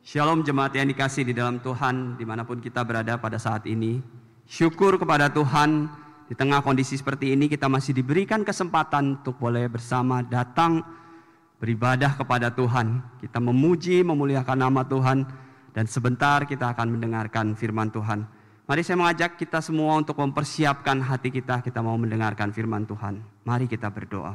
Shalom jemaat yang dikasih di dalam Tuhan, dimanapun kita berada pada saat ini. Syukur kepada Tuhan, di tengah kondisi seperti ini kita masih diberikan kesempatan untuk boleh bersama datang beribadah kepada Tuhan. Kita memuji, memuliakan nama Tuhan, dan sebentar kita akan mendengarkan firman Tuhan. Mari saya mengajak kita semua untuk mempersiapkan hati kita mau mendengarkan firman Tuhan. Mari kita berdoa.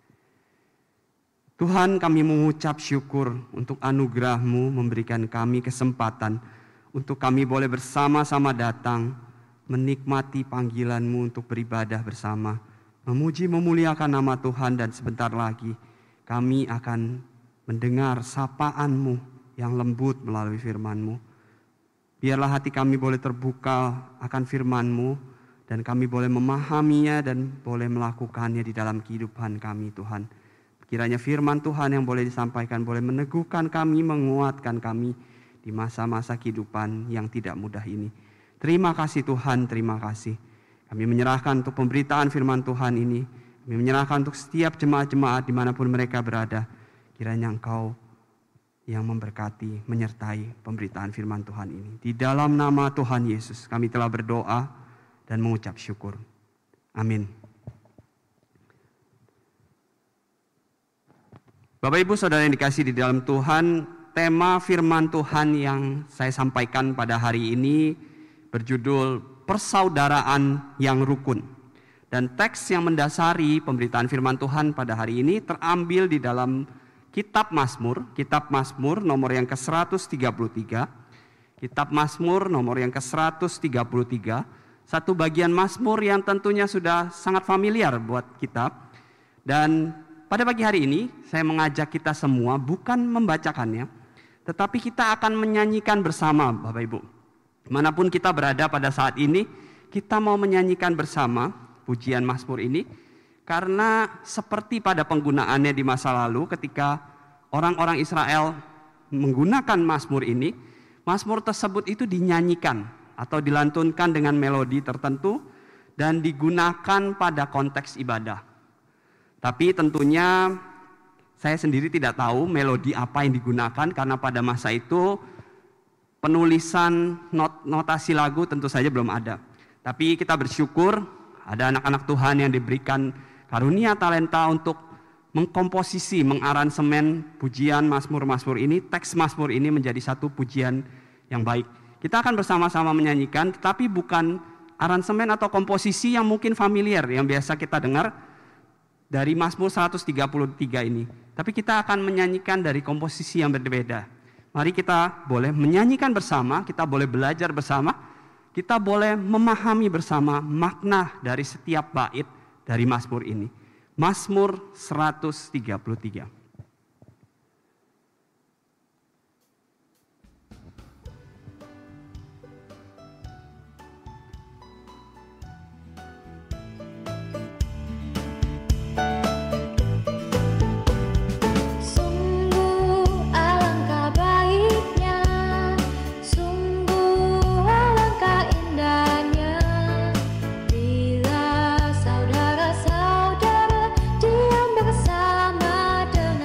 Tuhan, kami mengucap syukur untuk anugerah-Mu memberikan kami kesempatan untuk kami boleh bersama-sama datang menikmati panggilan-Mu untuk beribadah bersama, memuji memuliakan nama Tuhan, dan sebentar lagi kami akan mendengar sapaan-Mu yang lembut melalui firman-Mu. Biarlah hati kami boleh terbuka akan firman-Mu dan kami boleh memahaminya dan boleh melakukannya di dalam kehidupan kami, Tuhan. Kiranya firman Tuhan yang boleh disampaikan boleh meneguhkan kami, menguatkan kami di masa-masa kehidupan yang tidak mudah ini. Terima kasih Tuhan, terima kasih. Kami menyerahkan untuk pemberitaan firman Tuhan ini. Kami menyerahkan untuk setiap jemaat-jemaat dimanapun mereka berada. Kiranya Engkau yang memberkati, menyertai pemberitaan firman Tuhan ini. Di dalam nama Tuhan Yesus kami telah berdoa dan mengucap syukur. Amin. Bapak Ibu Saudara yang dikasih di dalam Tuhan, tema firman Tuhan yang saya sampaikan pada hari ini berjudul Persaudaraan yang Rukun. Dan teks yang mendasari pemberitaan firman Tuhan pada hari ini terambil di dalam Kitab Mazmur nomor yang ke-133. Kitab Mazmur nomor yang ke-133, satu bagian Mazmur yang tentunya sudah sangat familiar buat kita. Dan pada pagi hari ini, saya mengajak kita semua bukan membacakannya, tetapi kita akan menyanyikan bersama, Bapak Ibu. Dimanapun kita berada pada saat ini, kita mau menyanyikan bersama pujian Mazmur ini, karena seperti pada penggunaannya di masa lalu, ketika orang-orang Israel menggunakan Mazmur ini, Mazmur tersebut itu dinyanyikan atau dilantunkan dengan melodi tertentu dan digunakan pada konteks ibadah. Tapi tentunya saya sendiri tidak tahu melodi apa yang digunakan karena pada masa itu penulisan notasi lagu tentu saja belum ada. Tapi kita bersyukur ada anak-anak Tuhan yang diberikan karunia talenta untuk mengkomposisi, mengaransemen pujian Mazmur-Mazmur ini, teks Mazmur ini menjadi satu pujian yang baik. Kita akan bersama-sama menyanyikan, tetapi bukan aransemen atau komposisi yang mungkin familiar, yang biasa kita dengar dari Mazmur 133 ini. Tapi kita akan menyanyikan dari komposisi yang berbeda. Mari kita boleh menyanyikan bersama, kita boleh belajar bersama, kita boleh memahami bersama makna dari setiap bait dari Mazmur ini. Mazmur 133. Saudara-saudara diam bersama dengan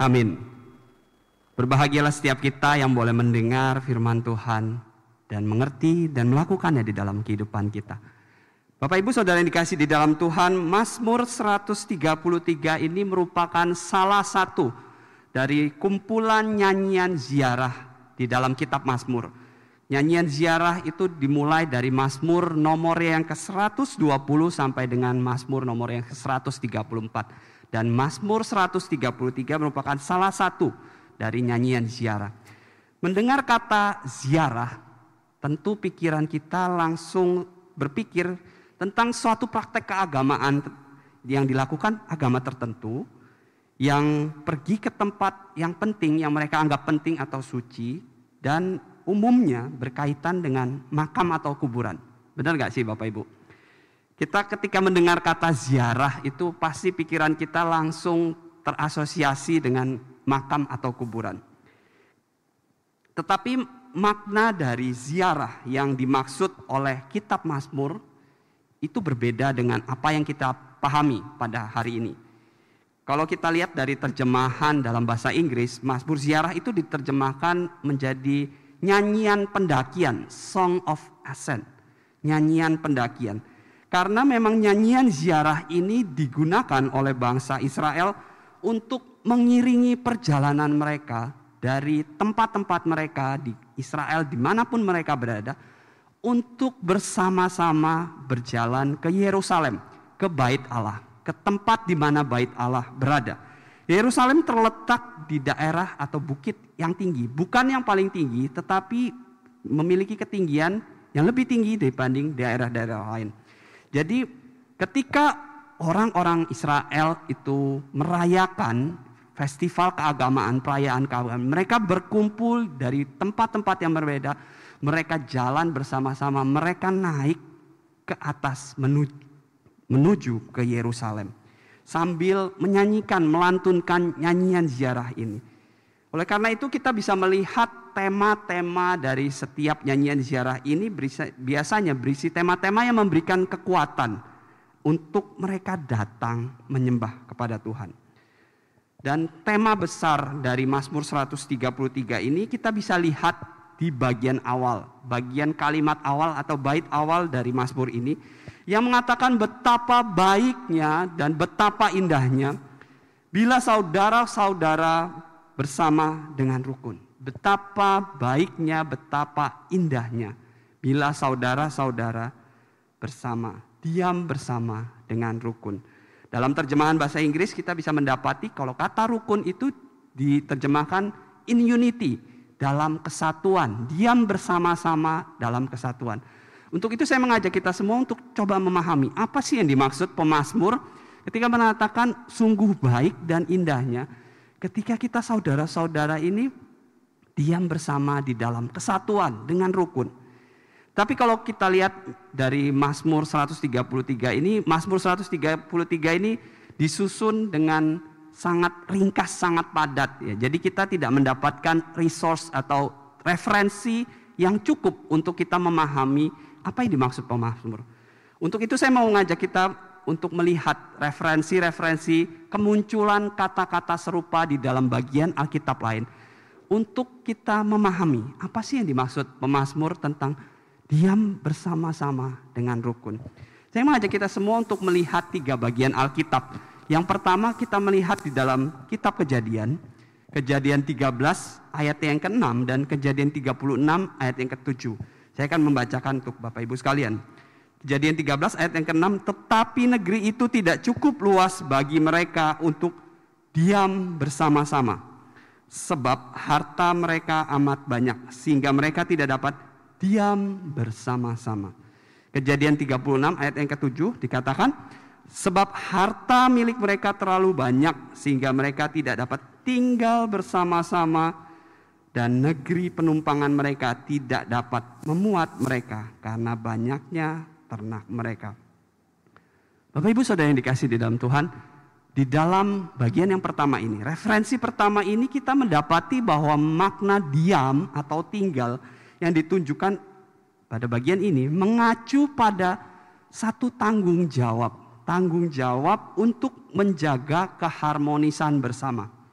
Amin. Berbahagialah setiap kita yang boleh mendengar firman Tuhan dan mengerti dan melakukannya di dalam kehidupan kita. Bapak Ibu Saudara yang dikasih di dalam Tuhan, Mazmur 133 ini merupakan salah satu dari kumpulan nyanyian ziarah di dalam kitab Mazmur. Nyanyian ziarah itu dimulai dari Mazmur nomor yang ke-120 sampai dengan Mazmur nomor yang ke-134. Dan Mazmur 133 merupakan salah satu dari nyanyian ziarah. Mendengar kata ziarah, tentu pikiran kita langsung berpikir tentang suatu praktek keagamaan yang dilakukan agama tertentu, yang pergi ke tempat yang penting, yang mereka anggap penting atau suci, dan umumnya berkaitan dengan makam atau kuburan. Benar gak sih Bapak Ibu? Kita ketika mendengar kata ziarah itu pasti pikiran kita langsung terasosiasi dengan makam atau kuburan. Tetapi makna dari ziarah yang dimaksud oleh kitab Mazmur itu berbeda dengan apa yang kita pahami pada hari ini. Kalau kita lihat dari terjemahan dalam bahasa Inggris, Mazmur ziarah itu diterjemahkan menjadi nyanyian pendakian, Song of Ascent, nyanyian pendakian. Karena memang nyanyian ziarah ini digunakan oleh bangsa Israel untuk mengiringi perjalanan mereka dari tempat-tempat mereka di Israel dimanapun mereka berada, untuk bersama-sama berjalan ke Yerusalem, ke Bait Allah, ke tempat di mana Bait Allah berada. Yerusalem terletak di daerah atau bukit yang tinggi, bukan yang paling tinggi, tetapi memiliki ketinggian yang lebih tinggi dibanding daerah-daerah lain. Jadi ketika orang-orang Israel itu merayakan festival keagamaan, perayaan keagamaan, mereka berkumpul dari tempat-tempat yang berbeda. Mereka jalan bersama-sama, mereka naik ke atas menuju ke Yerusalem. Sambil menyanyikan, melantunkan nyanyian ziarah ini. Oleh karena itu kita bisa melihat tema-tema dari setiap nyanyian ziarah ini biasanya berisi tema-tema yang memberikan kekuatan untuk mereka datang menyembah kepada Tuhan. Dan tema besar dari Mazmur 133 ini kita bisa lihat di bagian awal, bagian kalimat awal atau bait awal dari Mazmur ini yang mengatakan betapa baiknya dan betapa indahnya bila saudara-saudara bersama dengan rukun. Betapa baiknya, betapa indahnya bila saudara-saudara bersama, diam bersama dengan rukun. Dalam terjemahan bahasa Inggris kita bisa mendapati kalau kata rukun itu diterjemahkan in unity, dalam kesatuan, diam bersama-sama dalam kesatuan. Untuk itu saya mengajak kita semua untuk coba memahami apa sih yang dimaksud pemazmur ketika mengatakan sungguh baik dan indahnya ketika kita saudara-saudara ini diam bersama di dalam kesatuan dengan rukun. Tapi kalau kita lihat dari Mazmur 133 ini, Mazmur 133 ini disusun dengan sangat ringkas, sangat padat ya. Jadi kita tidak mendapatkan resource atau referensi yang cukup untuk kita memahami apa yang dimaksud pemazmur. Untuk itu saya mau mengajak kita untuk melihat referensi-referensi kemunculan kata-kata serupa di dalam bagian Alkitab lain. Untuk kita memahami apa sih yang dimaksud pemazmur tentang diam bersama-sama dengan rukun. Saya mengajak kita semua untuk melihat 3 bagian Alkitab. Yang pertama kita melihat di dalam kitab Kejadian 13 ayat yang ke-6 dan Kejadian 36 ayat yang ke-7. Saya akan membacakan untuk Bapak Ibu sekalian. Kejadian 13 ayat yang ke-6, tetapi negeri itu tidak cukup luas bagi mereka untuk diam bersama-sama. Sebab harta mereka amat banyak sehingga mereka tidak dapat diam bersama-sama. Kejadian 36 ayat yang ke-7 dikatakan, sebab harta milik mereka terlalu banyak sehingga mereka tidak dapat tinggal bersama-sama dan negeri penumpangan mereka tidak dapat memuat mereka karena banyaknya ternak mereka. Bapak Ibu Saudara yang dikasih di dalam Tuhan, di dalam bagian yang pertama ini, referensi pertama ini kita mendapati bahwa makna diam atau tinggal yang ditunjukkan pada bagian ini mengacu pada satu tanggung jawab untuk menjaga keharmonisan bersama.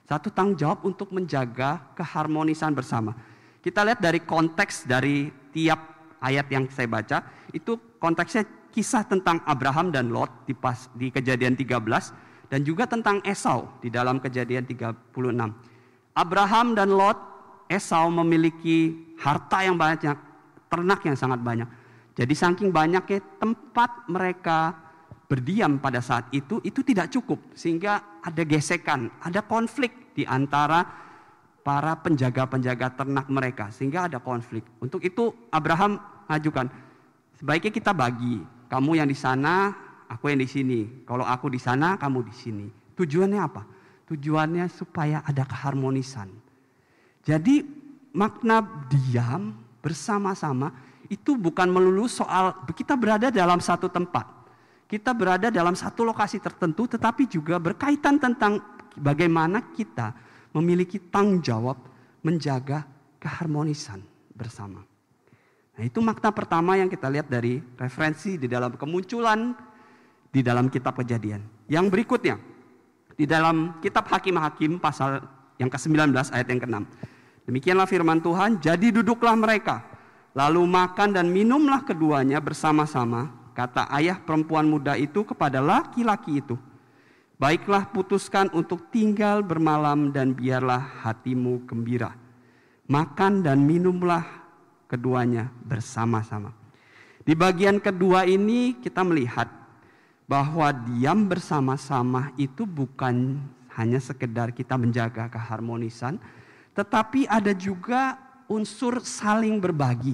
Satu tanggung jawab untuk menjaga keharmonisan bersama. Kita lihat dari konteks dari tiap ayat yang saya baca, itu konteksnya kisah tentang Abraham dan Lot di Kejadian 13 dan juga tentang Esau di dalam Kejadian 36. Abraham dan Lot, Esau memiliki harta yang banyak, ternak yang sangat banyak. Jadi saking banyaknya tempat mereka berdiam pada saat itu tidak cukup. Sehingga ada gesekan, ada konflik di antara para penjaga-penjaga ternak mereka. Sehingga ada konflik. Untuk itu Abraham mengajukan, sebaiknya kita bagi. Kamu yang di sana, aku yang di sini. Kalau aku di sana, kamu di sini. Tujuannya apa? Tujuannya supaya ada keharmonisan. Jadi makna diam bersama-sama itu bukan melulu soal kita berada dalam satu tempat. Kita berada dalam satu lokasi tertentu, tetapi juga berkaitan tentang bagaimana kita memiliki tanggung jawab menjaga keharmonisan bersama. Nah, itu makna pertama yang kita lihat dari referensi di dalam kemunculan di dalam kitab Kejadian. Yang berikutnya, di dalam kitab Hakim-Hakim pasal yang ke-19 ayat yang ke-6. Demikianlah firman Tuhan, jadi duduklah mereka, lalu makan dan minumlah keduanya bersama-sama. Kata ayah perempuan muda itu kepada laki-laki itu, baiklah putuskan untuk tinggal bermalam dan biarlah hatimu gembira. Makan dan minumlah keduanya bersama-sama. Di bagian kedua ini kita melihat bahwa diam bersama-sama itu bukan hanya sekedar kita menjaga keharmonisan, tetapi ada juga unsur saling berbagi,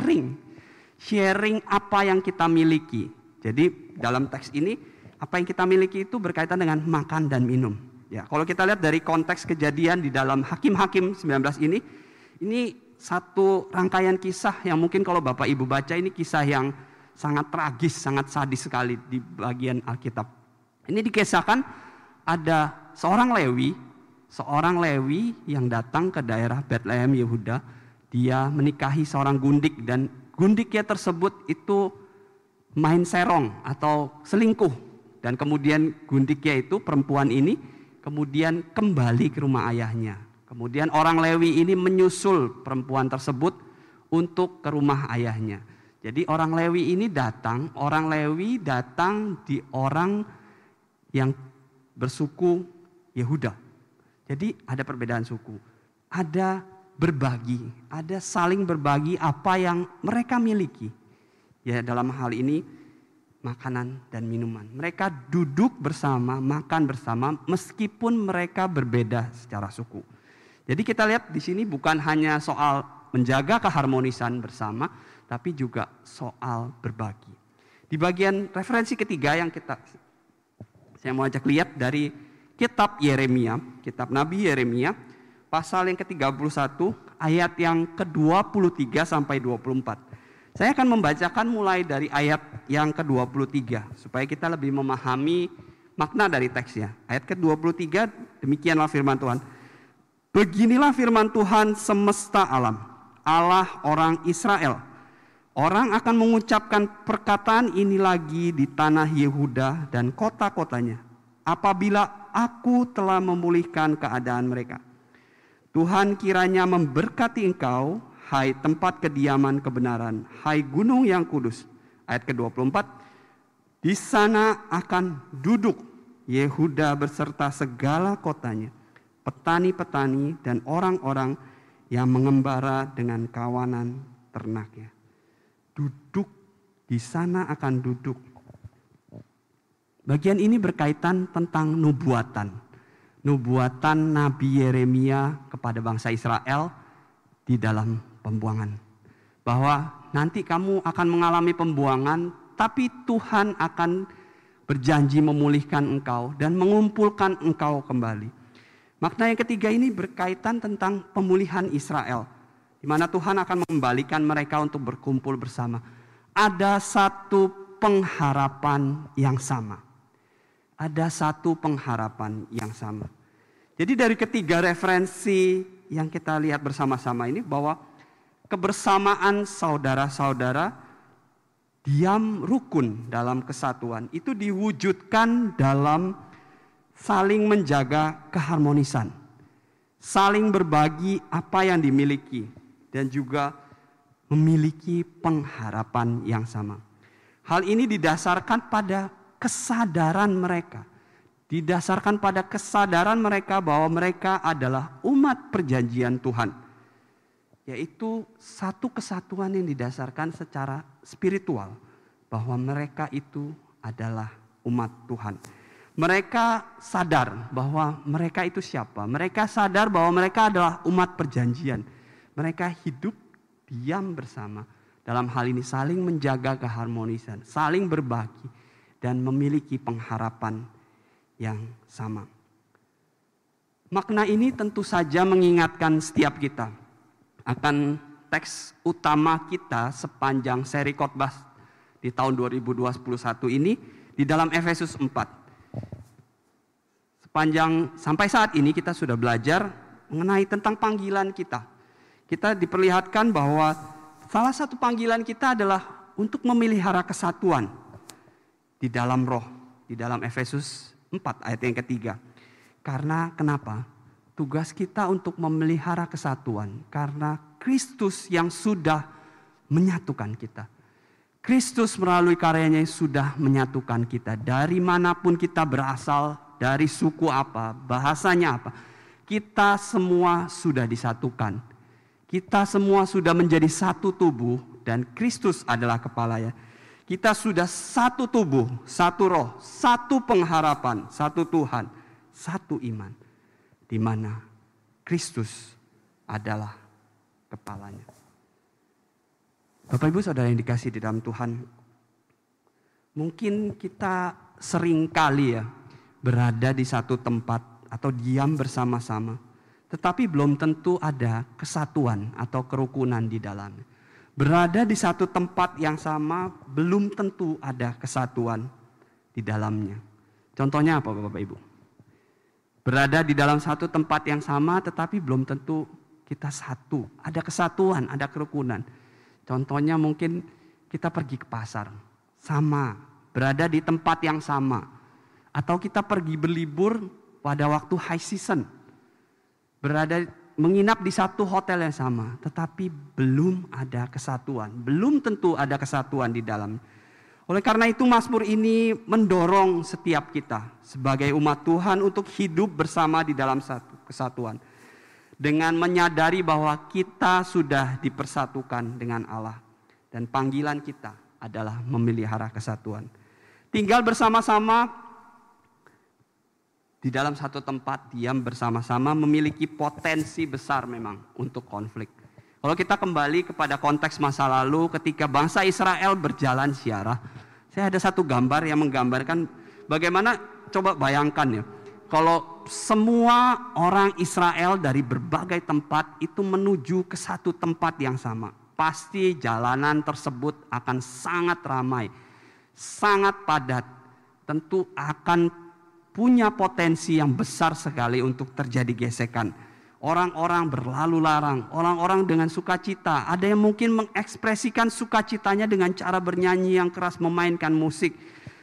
sharing apa yang kita miliki. Jadi dalam teks ini apa yang kita miliki itu berkaitan dengan makan dan minum. Ya, kalau kita lihat dari konteks kejadian di dalam Hakim-Hakim 19 ini satu rangkaian kisah yang mungkin kalau Bapak Ibu baca ini kisah yang sangat tragis, sangat sadis sekali di bagian Alkitab. Ini dikisahkan ada seorang Lewi yang datang ke daerah Bethlehem Yehuda. Dia menikahi seorang gundik dan gundiknya tersebut itu main serong atau selingkuh. Dan kemudian gundiknya itu, perempuan ini kemudian kembali ke rumah ayahnya. Kemudian orang Lewi ini menyusul perempuan tersebut untuk ke rumah ayahnya. Jadi orang Lewi datang di orang yang bersuku Yehuda. Jadi ada perbedaan suku, ada berbagi, ada saling berbagi apa yang mereka miliki. Ya, dalam hal ini makanan dan minuman. Mereka duduk bersama, makan bersama meskipun mereka berbeda secara suku. Jadi kita lihat di sini bukan hanya soal menjaga keharmonisan bersama, tapi juga soal berbagi. Di bagian referensi ketiga yang saya mau ajak lihat dari kitab Yeremia, kitab Nabi Yeremia, pasal yang ke-31, ayat yang ke-23 sampai 24. Saya akan membacakan mulai dari ayat yang ke-23, supaya kita lebih memahami makna dari teksnya. Ayat ke-23, demikianlah firman Tuhan. Beginilah firman Tuhan semesta alam, Allah orang Israel. Orang akan mengucapkan perkataan ini lagi di tanah Yehuda dan kota-kotanya, apabila aku telah memulihkan keadaan mereka. Tuhan kiranya memberkati engkau, hai tempat kediaman kebenaran, hai gunung yang kudus. Ayat ke-24, di sana akan duduk Yehuda beserta segala kotanya, petani-petani dan orang-orang yang mengembara dengan kawanan ternaknya. Duduk, di sana akan duduk. Bagian ini berkaitan tentang nubuatan Nabi Yeremia kepada bangsa Israel di dalam pembuangan. Bahwa nanti kamu akan mengalami pembuangan, tapi Tuhan akan berjanji memulihkan engkau dan mengumpulkan engkau kembali. Makna yang ketiga ini berkaitan tentang pemulihan Israel, di mana Tuhan akan mengembalikan mereka untuk berkumpul bersama. Ada satu pengharapan yang sama. Ada satu pengharapan yang sama. Jadi dari ketiga referensi yang kita lihat bersama-sama ini bahwa kebersamaan saudara-saudara, diam rukun dalam kesatuan itu diwujudkan dalam saling menjaga keharmonisan. saling berbagi apa yang dimiliki, dan juga memiliki pengharapan yang sama. Hal ini didasarkan pada kesadaran mereka. Didasarkan pada kesadaran mereka bahwa mereka adalah umat perjanjian Tuhan. Yaitu satu kesatuan yang didasarkan secara spiritual. Bahwa mereka itu adalah umat Tuhan. Mereka sadar bahwa mereka itu siapa. Mereka sadar bahwa mereka adalah umat perjanjian. Mereka hidup diam bersama. Dalam hal ini saling menjaga keharmonisan. Saling berbagi. Dan memiliki pengharapan yang sama. Makna ini tentu saja mengingatkan setiap kita akan teks utama kita sepanjang seri khotbah di tahun 2021 ini di dalam Efesus 4. Sepanjang sampai saat ini kita sudah belajar mengenai tentang panggilan kita. Kita diperlihatkan bahwa salah satu panggilan kita adalah untuk memelihara kesatuan di dalam roh, di dalam Efesus 4 ayat yang ketiga. Karena kenapa? Tugas kita untuk memelihara kesatuan. Karena Kristus yang sudah menyatukan kita. Kristus melalui karyanya sudah menyatukan kita. Dari manapun kita berasal, dari suku apa, bahasanya apa. Kita semua sudah disatukan. Kita semua sudah menjadi satu tubuh dan Kristus adalah kepalanya. Kita sudah satu tubuh, satu roh, satu pengharapan, satu Tuhan, satu iman. Di mana Kristus adalah kepalanya. Bapak Ibu Saudara yang dikasihi di dalam Tuhan, mungkin kita sering kali ya berada di satu tempat atau diam bersama-sama, tetapi belum tentu ada kesatuan atau kerukunan di dalamnya. Berada di satu tempat yang sama belum tentu ada kesatuan di dalamnya. Contohnya apa Bapak Ibu? Berada di dalam satu tempat yang sama tetapi belum tentu kita satu. Ada kesatuan, ada kerukunan. Contohnya mungkin kita pergi ke pasar. Sama, berada di tempat yang sama. Atau kita pergi berlibur pada waktu high season. Menginap di satu hotel yang sama, tetapi belum ada kesatuan. Belum tentu ada kesatuan di dalam. Oleh karena itu Mazmur ini mendorong setiap kita sebagai umat Tuhan untuk hidup bersama di dalam satu kesatuan. Dengan menyadari bahwa kita sudah dipersatukan dengan Allah. Dan panggilan kita adalah memelihara kesatuan. Tinggal bersama-sama di dalam satu tempat, diam bersama-sama memiliki potensi besar memang untuk konflik. Kalau kita kembali kepada konteks masa lalu ketika bangsa Israel berjalan ziarah, saya ada satu gambar yang menggambarkan bagaimana, coba bayangkan ya, kalau semua orang Israel dari berbagai tempat itu menuju ke satu tempat yang sama, pasti jalanan tersebut akan sangat ramai, sangat padat, tentu akan punya potensi yang besar sekali untuk terjadi gesekan. Orang-orang berlalu larang, orang-orang dengan sukacita. Ada yang mungkin mengekspresikan sukacitanya dengan cara bernyanyi yang keras, memainkan musik.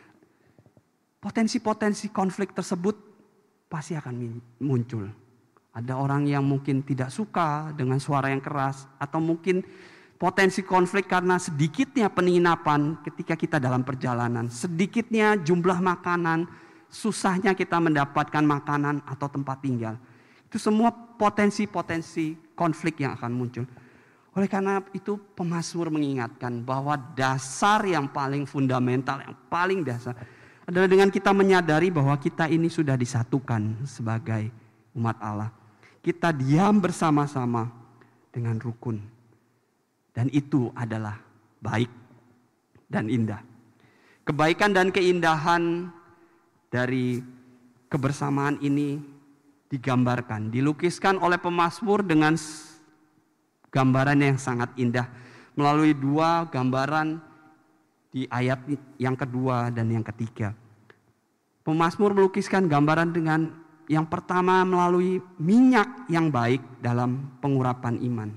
Potensi-potensi konflik tersebut pasti akan muncul. Ada orang yang mungkin tidak suka dengan suara yang keras, atau mungkin potensi konflik karena sedikitnya penginapan ketika kita dalam perjalanan, sedikitnya jumlah makanan, susahnya kita mendapatkan makanan atau tempat tinggal. Itu semua potensi-potensi konflik yang akan muncul. Oleh karena itu pemazmur mengingatkan bahwa dasar yang paling fundamental, yang paling dasar adalah dengan kita menyadari bahwa kita ini sudah disatukan sebagai umat Allah. Kita diam bersama-sama dengan rukun. Dan itu adalah baik dan indah. Kebaikan dan keindahan dari kebersamaan ini digambarkan, dilukiskan oleh pemazmur dengan gambaran yang sangat indah melalui dua gambaran di ayat yang kedua dan yang ketiga. Pemazmur melukiskan gambaran dengan yang pertama melalui minyak yang baik dalam pengurapan iman.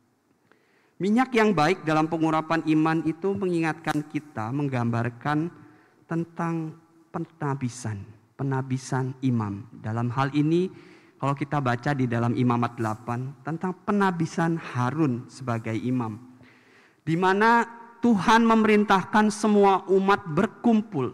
Minyak yang baik dalam pengurapan iman itu mengingatkan kita, menggambarkan tentang penabisan imam. Dalam hal ini Kalau kita baca di dalam Imamat 8 tentang penabisan Harun sebagai imam, di mana Tuhan memerintahkan semua umat berkumpul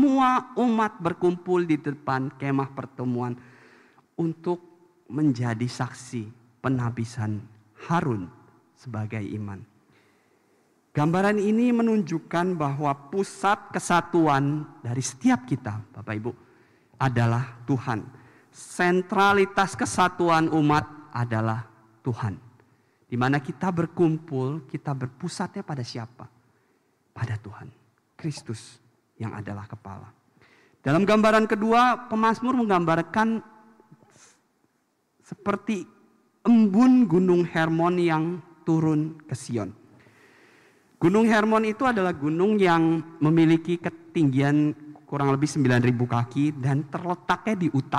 di depan kemah pertemuan untuk menjadi saksi penabisan Harun sebagai imam. Gambaran ini menunjukkan bahwa pusat kesatuan dari setiap kita, Bapak Ibu, adalah Tuhan. Sentralitas kesatuan umat adalah Tuhan. Di mana kita berkumpul, kita berpusatnya pada siapa? Pada Tuhan, Kristus yang adalah kepala. Dalam gambaran kedua, pemazmur menggambarkan seperti embun gunung Hermon yang turun ke Sion. Gunung Hermon itu adalah gunung yang memiliki ketinggian kurang lebih 9.000 kaki dan terletaknya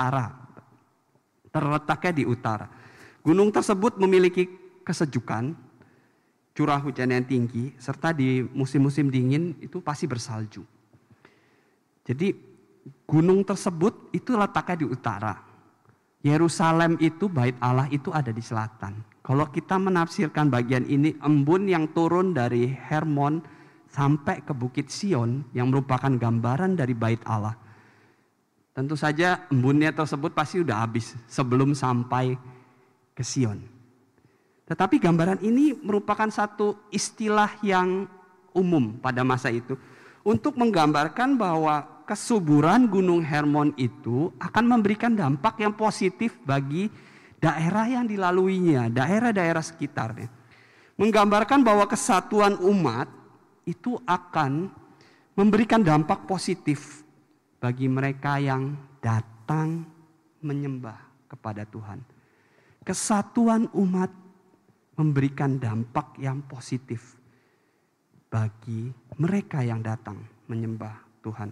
di utara. Gunung tersebut memiliki kesejukan, curah hujan yang tinggi, serta di musim-musim dingin itu pasti bersalju. Jadi gunung tersebut itu letaknya di utara. Yerusalem itu, bait Allah itu ada di selatan. Kalau kita menafsirkan bagian ini, embun yang turun dari Hermon sampai ke Bukit Sion yang merupakan gambaran dari bait Allah. Tentu saja embunnya tersebut pasti sudah habis sebelum sampai ke Sion. Tetapi gambaran ini merupakan satu istilah yang umum pada masa itu untuk menggambarkan bahwa kesuburan Gunung Hermon itu akan memberikan dampak yang positif bagi daerah yang dilaluinya, daerah-daerah sekitarnya. Menggambarkan bahwa kesatuan umat itu akan memberikan dampak positif bagi mereka yang datang menyembah kepada Tuhan. Kesatuan umat memberikan dampak yang positif bagi mereka yang datang menyembah Tuhan.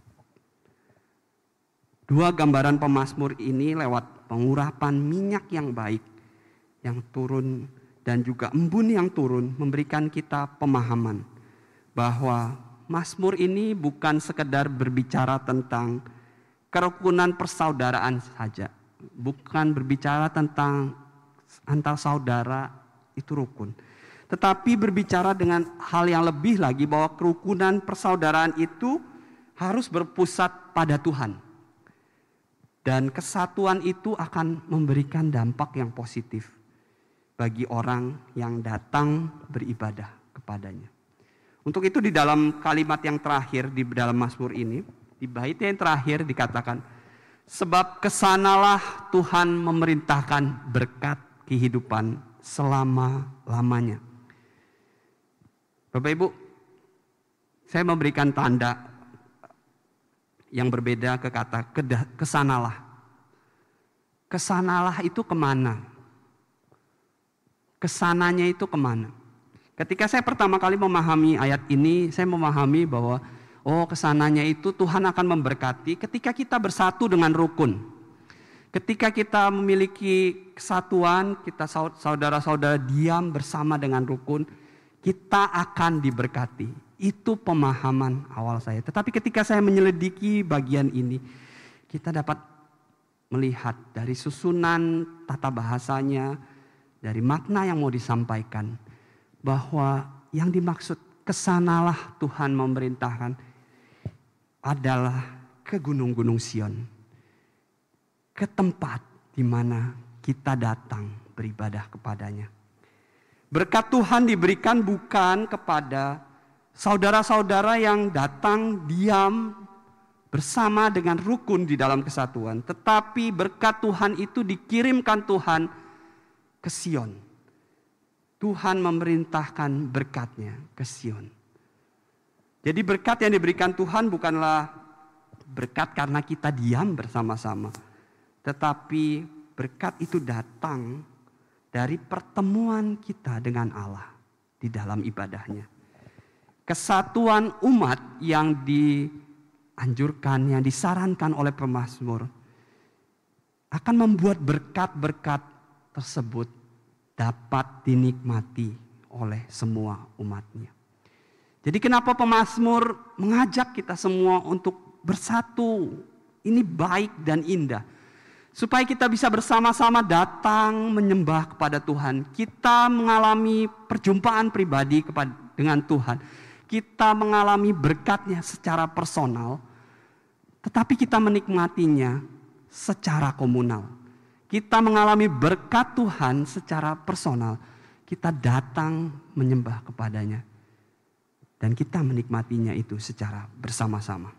Dua gambaran pemazmur ini lewat pengurapan minyak yang baik yang turun dan juga embun yang turun memberikan kita pemahaman bahwa mazmur ini bukan sekedar berbicara tentang kerukunan persaudaraan saja, bukan berbicara tentang antar saudara itu rukun, tetapi berbicara dengan hal yang lebih lagi bahwa kerukunan persaudaraan itu harus berpusat pada Tuhan. Dan kesatuan itu akan memberikan dampak yang positif bagi orang yang datang beribadah kepadanya. Untuk itu di dalam kalimat yang terakhir di dalam mazmur ini, di bait yang terakhir dikatakan, sebab kesanalah Tuhan memerintahkan berkat kehidupan selama-lamanya. Bapak Ibu, saya memberikan tanda yang berbeda ke kata kesanalah. Kesanalah itu kemana? Kesananya itu kemana? Ketika saya pertama kali memahami ayat ini, saya memahami bahwa kesananya itu Tuhan akan memberkati ketika kita bersatu dengan rukun. Ketika kita memiliki kesatuan, kita saudara-saudara diam bersama dengan rukun, kita akan diberkati. Itu pemahaman awal saya. Tetapi ketika saya menyelidiki bagian ini, kita dapat melihat dari susunan tata bahasanya, dari makna yang mau disampaikan, bahwa yang dimaksud kesanalah Tuhan memerintahkan adalah ke gunung-gunung Sion. Ke tempat di mana kita datang beribadah kepadanya. Berkat Tuhan diberikan bukan kepada saudara-saudara yang datang diam bersama dengan rukun di dalam kesatuan. Tetapi berkat Tuhan itu dikirimkan Tuhan ke Sion. Tuhan memerintahkan berkatnya ke Sion. Jadi berkat yang diberikan Tuhan bukanlah berkat karena kita diam bersama-sama. Tetapi berkat itu datang dari pertemuan kita dengan Allah di dalam ibadahnya. Kesatuan umat yang dianjurkan, yang disarankan oleh pemazmur akan membuat berkat-berkat tersebut dapat dinikmati oleh semua umatnya. Jadi kenapa pemazmur mengajak kita semua untuk bersatu? Ini baik dan indah. Supaya kita bisa bersama-sama datang menyembah kepada Tuhan. Kita mengalami perjumpaan pribadi dengan Tuhan. Kita mengalami berkat-Nya secara personal. Tetapi kita menikmatinya secara komunal. Kita mengalami berkat Tuhan secara personal. Kita datang menyembah kepada-Nya. Dan kita menikmatinya itu secara bersama-sama.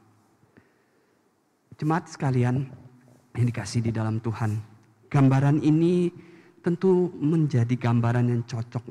Jemaat sekalian yang dikasihi di dalam Tuhan, gambaran ini tentu menjadi gambaran yang cocok.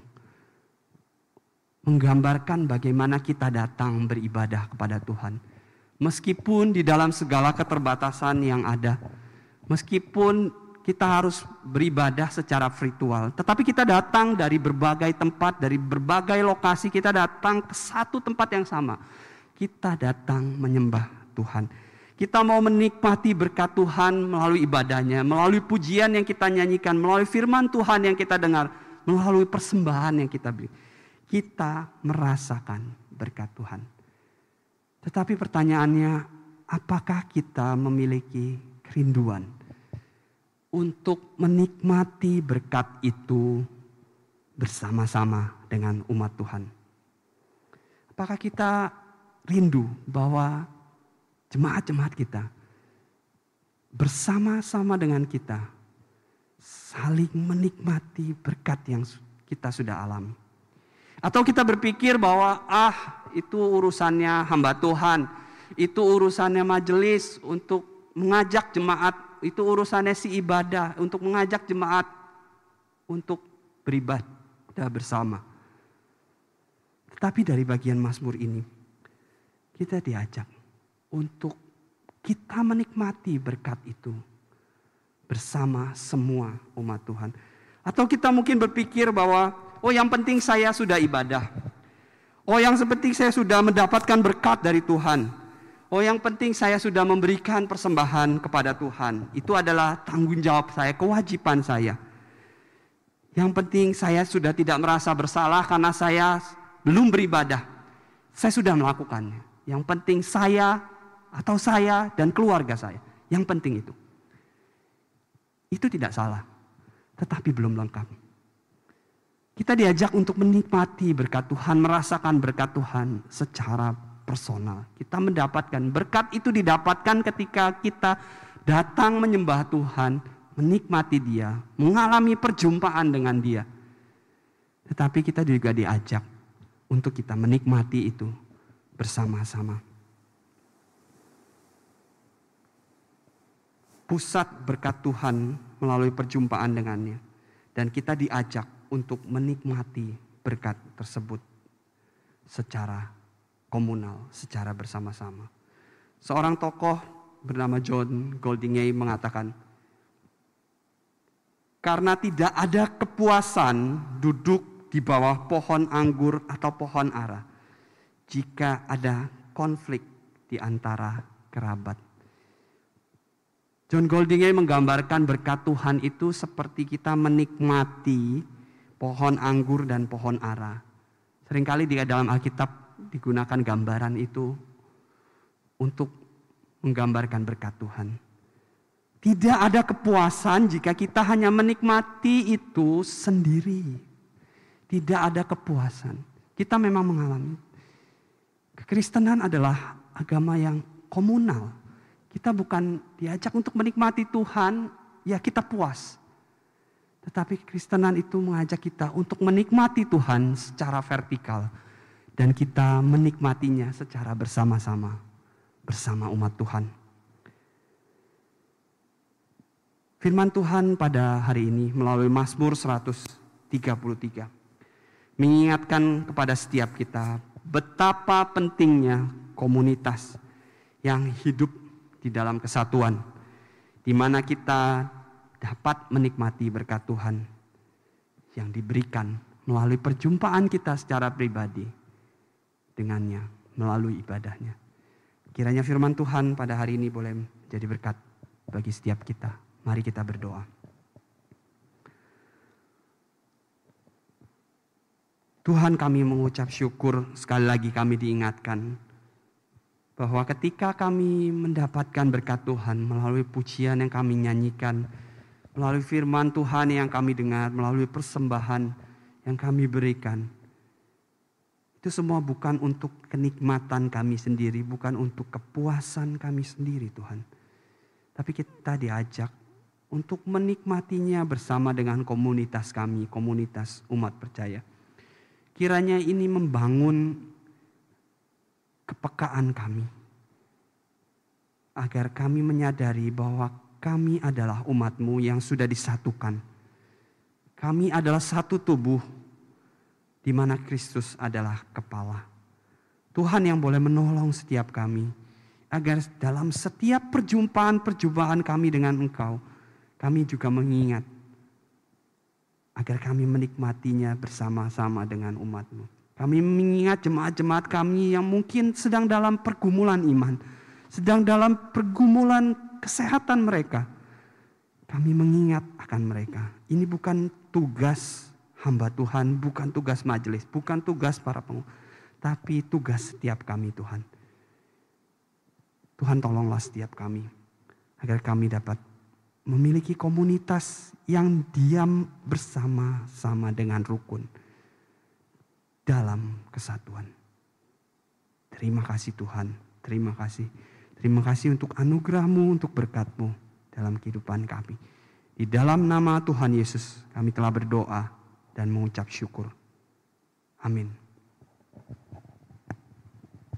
Menggambarkan bagaimana kita datang beribadah kepada Tuhan. Meskipun di dalam segala keterbatasan yang ada, meskipun kita harus beribadah secara virtual, tetapi kita datang dari berbagai tempat, dari berbagai lokasi, kita datang ke satu tempat yang sama. Kita datang menyembah Tuhan. Kita mau menikmati berkat Tuhan melalui ibadahnya, melalui pujian yang kita nyanyikan, melalui firman Tuhan yang kita dengar, melalui persembahan yang kita beri. Kita merasakan berkat Tuhan. Tetapi pertanyaannya, apakah kita memiliki kerinduan untuk menikmati berkat itu bersama-sama dengan umat Tuhan? Apakah kita rindu bahwa jemaat-jemaat kita bersama-sama dengan kita saling menikmati berkat yang kita sudah alami? Atau kita berpikir bahwa itu urusannya hamba Tuhan, itu urusannya majelis untuk mengajak jemaat, itu urusannya si ibadah untuk mengajak jemaat untuk beribadah bersama. Tetapi dari bagian Mazmur ini kita diajak untuk kita menikmati berkat itu bersama semua umat Tuhan. Atau kita mungkin berpikir bahwa yang penting saya sudah ibadah. Yang penting saya sudah mendapatkan berkat dari Tuhan. Yang penting saya sudah memberikan persembahan kepada Tuhan. Itu adalah tanggung jawab saya, kewajiban saya. Yang penting saya sudah tidak merasa bersalah karena saya belum beribadah. Saya sudah melakukannya. Yang penting saya dan keluarga saya. Yang penting itu. Itu tidak salah. Tetapi belum lengkap. Kita diajak untuk menikmati berkat Tuhan, merasakan berkat Tuhan secara personal. Kita mendapatkan berkat itu didapatkan ketika kita datang menyembah Tuhan, menikmati Dia, mengalami perjumpaan dengan Dia. Tetapi kita juga diajak untuk kita menikmati itu bersama-sama. Pusat berkat Tuhan melalui perjumpaan dengannya. Dan kita diajak untuk menikmati berkat tersebut secara komunal, secara bersama-sama. Seorang tokoh bernama John Goldingay mengatakan, karena tidak ada kepuasan duduk di bawah pohon anggur atau pohon ara jika ada konflik di antara kerabat. John Goldingay menggambarkan berkat Tuhan itu seperti kita menikmati pohon anggur dan pohon ara. Seringkali di dalam Alkitab digunakan gambaran itu untuk menggambarkan berkat Tuhan. Tidak ada kepuasan jika kita hanya menikmati itu sendiri. Tidak ada kepuasan. Kita memang mengalami. Kekristenan adalah agama yang komunal. Kita bukan diajak untuk menikmati Tuhan, ya kita puas. Tetapi kekristenan itu mengajak kita untuk menikmati Tuhan secara vertikal. Dan kita menikmatinya secara bersama-sama, bersama umat Tuhan. Firman Tuhan pada hari ini melalui Mazmur 133 mengingatkan kepada setiap kita betapa pentingnya komunitas yang hidup di dalam kesatuan, di mana kita dapat menikmati berkat Tuhan yang diberikan melalui perjumpaan kita secara pribadi dengannya, melalui ibadahnya. Kiranya firman Tuhan pada hari ini boleh menjadi berkat bagi setiap kita. Mari kita berdoa. Tuhan, kami mengucap syukur sekali lagi kami diingatkan bahwa ketika kami mendapatkan berkat Tuhan melalui pujian yang kami nyanyikan, melalui firman Tuhan yang kami dengar, melalui persembahan yang kami berikan, itu semua bukan untuk kenikmatan kami sendiri, bukan untuk kepuasan kami sendiri Tuhan. Tapi kita diajak untuk menikmatinya bersama dengan komunitas kami, komunitas umat percaya. Kiranya ini membangun kepekaan kami, agar kami menyadari bahwa kami adalah umat-Mu yang sudah disatukan. Kami adalah satu tubuh, di mana Kristus adalah kepala. Tuhan yang boleh menolong setiap kami, agar dalam setiap perjumpaan kami dengan Engkau, kami juga mengingat, agar kami menikmatinya bersama-sama dengan umat-Mu. Kami mengingat jemaat-jemaat kami yang mungkin sedang dalam pergumulan iman, sedang dalam pergumulan kesehatan mereka. Kami mengingat akan mereka. Ini bukan tugas hamba Tuhan, bukan tugas majelis, bukan tugas para pengurus, tapi tugas setiap kami Tuhan. Tuhan tolonglah setiap kami, agar kami dapat memiliki komunitas yang diam bersama-sama dengan rukun dalam kesatuan. Terima kasih Tuhan, terima kasih. Terima kasih untuk anugerah-Mu, untuk berkat-Mu dalam kehidupan kami. Di dalam nama Tuhan Yesus kami telah berdoa dan mengucap syukur. Amin.